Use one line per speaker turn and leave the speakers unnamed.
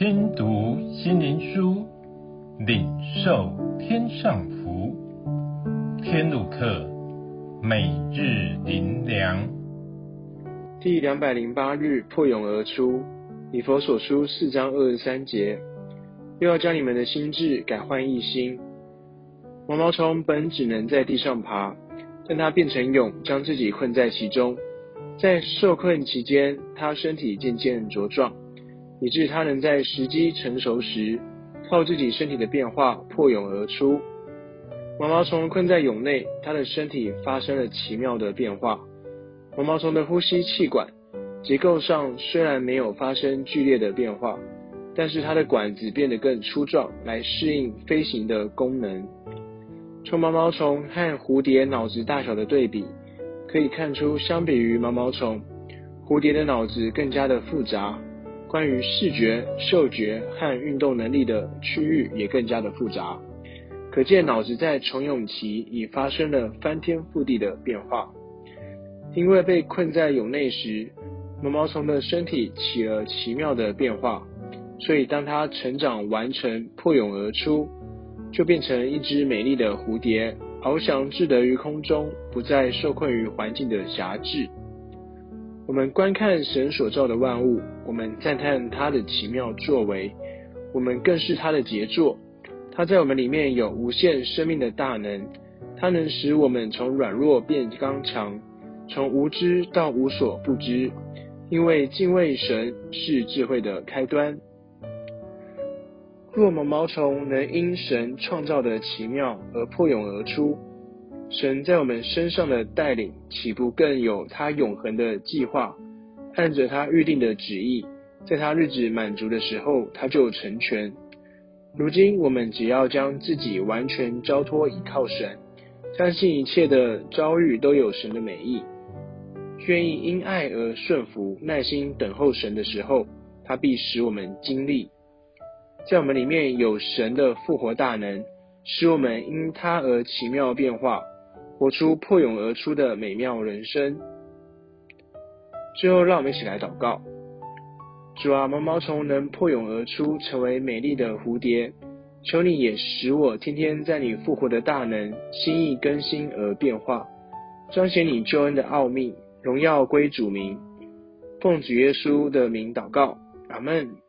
听读心灵书，领受天上福。天路客，每日灵粮。
第208日破蛹而出，以弗所书4章23节，又要将你们的心志改换一新。毛毛虫本只能在地上爬，但它变成蛹，将自己困在其中。在受困期间，它身体渐渐茁壮，以致它能在时机成熟时，靠自己身体的变化破蛹而出。毛毛虫困在蛹内，它的身体发生了奇妙的变化。毛毛虫的呼吸气管结构上虽然没有发生剧烈的变化，但是它的管子变得更粗壮，来适应飞行的功能。从毛毛虫和蝴蝶脑子大小的对比，可以看出相比于毛毛虫，蝴蝶的脑子更加的复杂，关于视觉、嗅觉和运动能力的区域也更加的复杂。可见脑子在虫蛹期已发生了翻天覆地的变化。因为被困在蛹内时，毛毛虫的身体起了奇妙的变化，所以当它成长完成破蛹而出，就变成一只美丽的蝴蝶，翱翔自得于空中，不再受困于环境的辖制。我们观看神所造的万物，我们赞叹他的奇妙作为，我们更是他的杰作。他在我们里面有无限生命的大能，他能使我们从软弱变刚强，从无知到无所不知，因为敬畏神是智慧的开端。若毛毛虫能因神创造的奇妙而破蛹而出，神在我们身上的带领岂不更有他永恒的计划，按着他预定的旨意，在他日子满足的时候，他就成全。如今我们只要将自己完全交托依靠神，相信一切的遭遇都有神的美意，愿意因爱而顺服，耐心等候神的时候，他必使我们经历。在我们里面有神的复活大能，使我们因他而奇妙变化，活出破蛹而出的美妙人生。最后让我们一起来祷告。主啊，毛毛虫能破蛹而出，成为美丽的蝴蝶，求你也使我天天在你复活的大能心意更新而变化，彰显你救恩的奥秘，荣耀归主名。奉主耶稣的名祷告，阿们。